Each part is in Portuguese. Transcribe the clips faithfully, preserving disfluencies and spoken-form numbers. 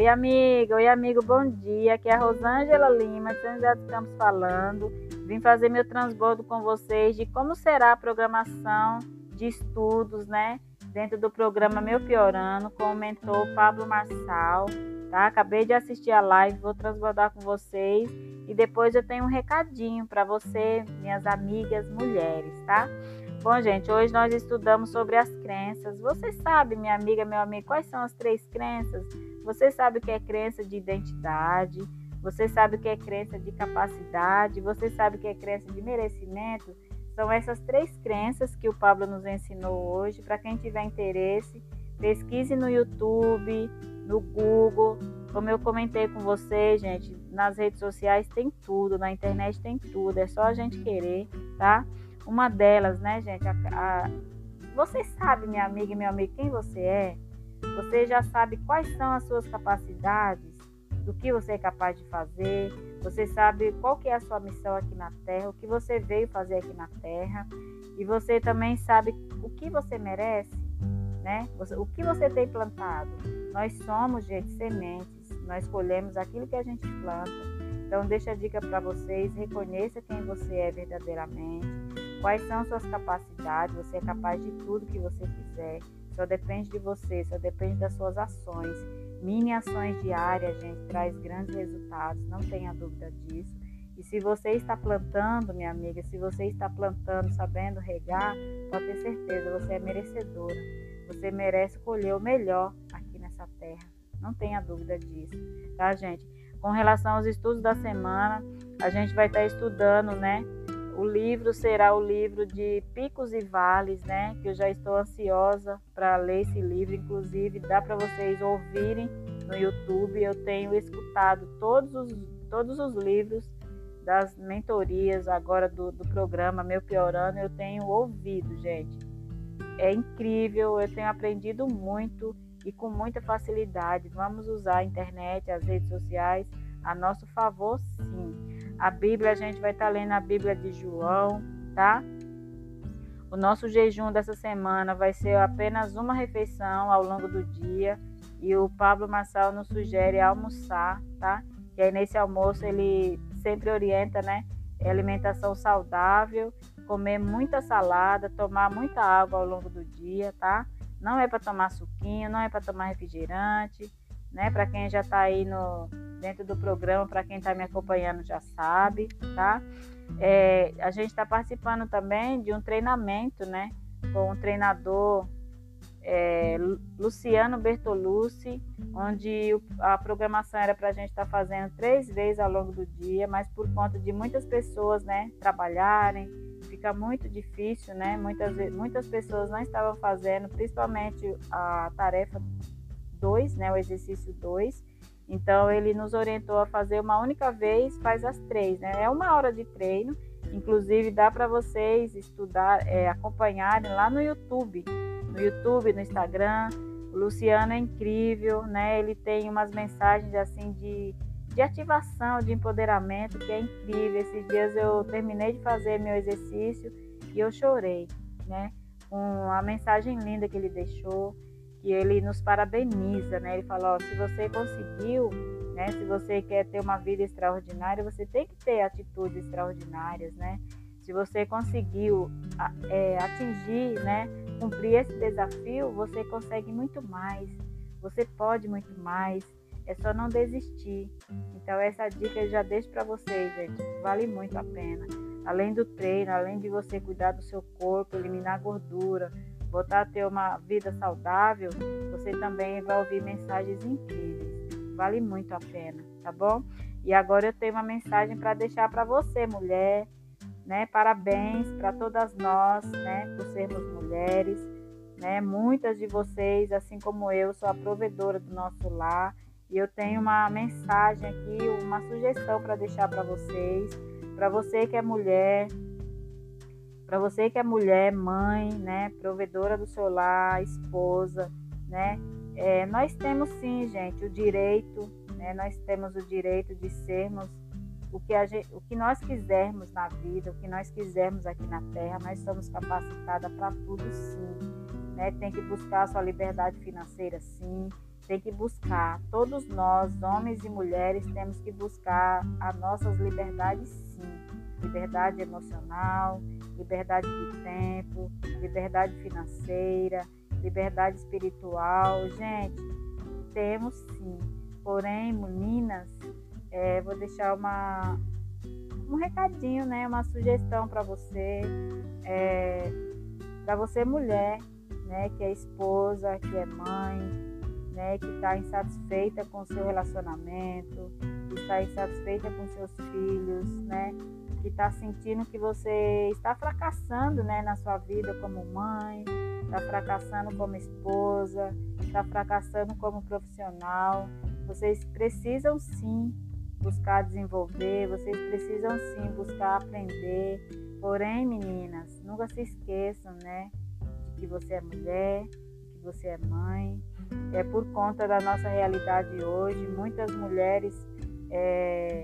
Oi, amiga. Oi, amigo. Bom dia. Aqui é a Rosângela Lima, de São José dos Campos falando. Vim fazer meu transbordo com vocês de como será a programação de estudos, né? Dentro do programa Meu Piorando, com o mentor Pablo Marçal, tá? Acabei de assistir a live, vou transbordar com vocês. E depois eu tenho um recadinho para você, minhas amigas mulheres, tá? Bom, gente, hoje nós estudamos sobre as crenças. Você sabe, minha amiga, meu amigo, quais são as três crenças? Você sabe o que é crença de identidade? Você sabe o que é crença de capacidade? Você sabe o que é crença de merecimento? São essas três crenças que o Pablo nos ensinou hoje. Para quem tiver interesse, pesquise no YouTube, no Google. Como eu comentei com vocês, gente, nas redes sociais tem tudo, na internet tem tudo. É só a gente querer, tá? Uma delas, né, gente? A, a... Você sabe, minha amiga e meu amigo, quem você é? Você já sabe quais são as suas capacidades, do que você é capaz de fazer. Você sabe qual que é a sua missão aqui na Terra, o que você veio fazer aqui na Terra. E você também sabe o que você merece, né? O que você tem plantado. Nós somos, gente, sementes. Nós colhemos aquilo que a gente planta. Então, deixa a dica para vocês. Reconheça quem você é verdadeiramente. Quais são suas capacidades. Você é capaz de tudo que você quiser. Só depende de você, só depende das suas ações. Mini ações diárias, gente, traz grandes resultados, não tenha dúvida disso. E se você está plantando, minha amiga, se você está plantando, sabendo regar, pode ter certeza, você é merecedora. Você merece colher o melhor aqui nessa terra, não tenha dúvida disso, tá, gente? Com relação aos estudos da semana, a gente vai estar estudando, né? O livro será o livro de Picos e Vales, né? Que eu já estou ansiosa para ler esse livro. Inclusive, dá para vocês ouvirem no YouTube. Eu tenho escutado todos os, todos os livros das mentorias agora do, do programa Meu Piorando. Eu tenho ouvido, gente. É incrível, eu tenho aprendido muito e com muita facilidade. Vamos usar a internet, as redes sociais a nosso favor, sim. A Bíblia, a gente vai estar lendo a Bíblia de João, tá? O nosso jejum dessa semana vai ser apenas uma refeição ao longo do dia. E o Pablo Marçal nos sugere almoçar, tá? E aí nesse almoço ele sempre orienta, né? É alimentação saudável, comer muita salada, tomar muita água ao longo do dia, tá? Não é para tomar suquinho, não é para tomar refrigerante, né? Para quem já está aí no... dentro do programa, para quem está me acompanhando já sabe, tá? É, a gente está participando também de um treinamento, né? Com um treinador, é, Luciano Bertolucci, onde a programação era para a gente estar tá fazendo três vezes ao longo do dia, mas por conta de muitas pessoas, né, trabalharem, fica muito difícil, né? Muitas, muitas pessoas não estavam fazendo, principalmente a tarefa dois, né? O exercício dois. Então, ele nos orientou a fazer uma única vez, faz as três, né? É uma hora de treino, inclusive dá para vocês estudar, é, acompanharem lá no YouTube, no YouTube, no Instagram. O Luciano é incrível, né? Ele tem umas mensagens assim de, de ativação, de empoderamento, que é incrível. Esses dias eu terminei de fazer meu exercício e eu chorei, né? Com a mensagem linda que ele deixou. E ele nos parabeniza, né? Ele fala, ó, se você conseguiu, né? Se você quer ter uma vida extraordinária, você tem que ter atitudes extraordinárias, né? Se você conseguiu é, atingir, né? Cumprir esse desafio, você consegue muito mais. Você pode muito mais. É só não desistir. Então, essa dica eu já deixo para vocês, gente. Vale muito a pena. Além do treino, além de você cuidar do seu corpo, eliminar gordura, voltar a ter uma vida saudável, você também vai ouvir mensagens incríveis. Vale muito a pena, tá bom? E agora eu tenho uma mensagem para deixar para você, mulher, né? Parabéns para todas nós, né? Por sermos mulheres, né? Muitas de vocês, assim como eu, sou a provedora do nosso lar. E eu tenho uma mensagem aqui, uma sugestão para deixar para vocês. Para você que é mulher, para você que é mulher, mãe, né, provedora do seu lar, esposa, né, é, nós temos sim, gente, o direito, né, nós temos o direito de sermos o que, a gente, o que nós quisermos na vida, o que nós quisermos aqui na Terra, nós somos capacitadas para tudo sim, né, tem que buscar a sua liberdade financeira sim, tem que buscar, todos nós, homens e mulheres, temos que buscar as nossas liberdades, sim. Liberdade emocional, liberdade de tempo, liberdade financeira, liberdade espiritual. Gente, temos sim. Porém, meninas, é, vou deixar uma, um recadinho, né? Uma sugestão para você, é, para você mulher, né? Que é esposa, que é mãe, né? Que está insatisfeita com o seu relacionamento, que está insatisfeita com seus filhos, né? Que está sentindo que você está fracassando, né, na sua vida como mãe, está fracassando como esposa, está fracassando como profissional. Vocês precisam sim buscar desenvolver, vocês precisam sim buscar aprender. Porém, meninas, nunca se esqueçam, né, de que você é mulher, que você é mãe. É por conta da nossa realidade hoje, muitas mulheres é,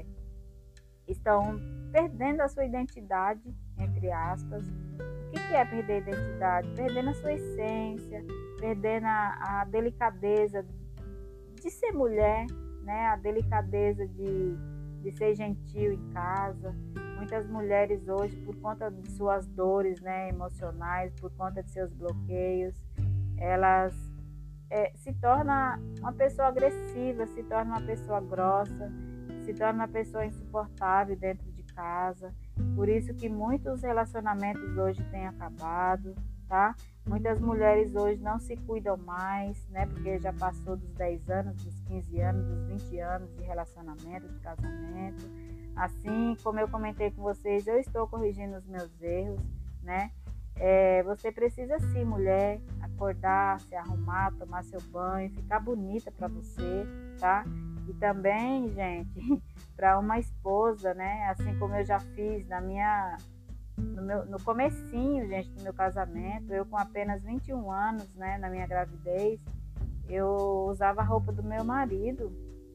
estão perdendo a sua identidade, entre aspas. O que é perder a identidade? Perdendo a sua essência, perdendo a, a delicadeza de ser mulher, né? A delicadeza de, de ser gentil em casa. Muitas mulheres hoje, por conta de suas dores, né, emocionais, por conta de seus bloqueios, elas é, se tornam uma pessoa agressiva, se torna uma pessoa grossa, se torna uma pessoa insuportável dentro de casa. Por isso que muitos relacionamentos hoje têm acabado, tá? Muitas mulheres hoje não se cuidam mais, né? Porque já passou dos dez anos, dos quinze anos, dos vinte anos de relacionamento, de casamento. Assim como eu comentei com vocês, eu estou corrigindo os meus erros, né? É, você precisa sim, mulher, acordar, se arrumar, tomar seu banho, ficar bonita para você, tá? E também, gente, para uma esposa, né? Assim como eu já fiz na minha, no, meu, no comecinho, gente, do meu casamento, eu com apenas vinte e um anos, né? Na minha gravidez, eu usava a roupa do meu marido.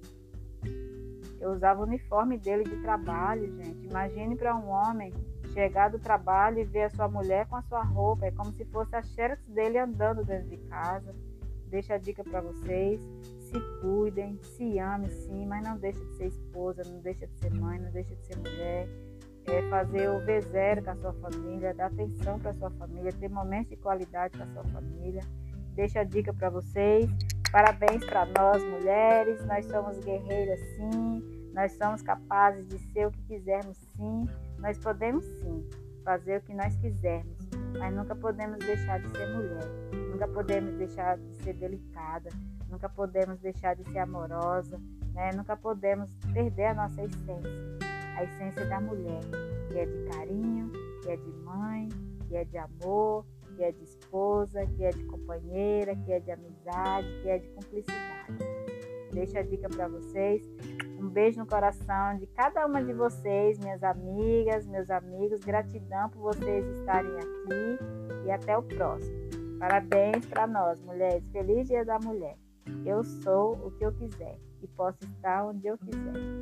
Eu usava o uniforme dele de trabalho, gente. Imagine para um homem chegar do trabalho e ver a sua mulher com a sua roupa. É como se fosse a xerox dele andando dentro de casa. Deixa a dica para vocês. Se cuidem, se amem sim, mas não deixa de ser esposa, não deixa de ser mãe, não deixa de ser mulher. É fazer o V zero com a sua família, dar atenção para a sua família, ter momentos de qualidade com a sua família. Deixa a dica para vocês. Parabéns para nós, mulheres. Nós somos guerreiras sim, nós somos capazes de ser o que quisermos sim. Nós podemos sim fazer o que nós quisermos, mas nunca podemos deixar de ser mulher, nunca podemos deixar de ser delicada, nunca podemos deixar de ser amorosa, né? Nunca podemos perder a nossa essência, a essência da mulher, que é de carinho, que é de mãe, que é de amor, que é de esposa, que é de companheira, que é de amizade, que é de cumplicidade. Deixo a dica para vocês. Um beijo no coração de cada uma de vocês, minhas amigas, meus amigos. Gratidão por vocês estarem aqui e até o próximo. Parabéns para nós, mulheres. Feliz Dia da Mulher. Eu sou o que eu quiser e posso estar onde eu quiser.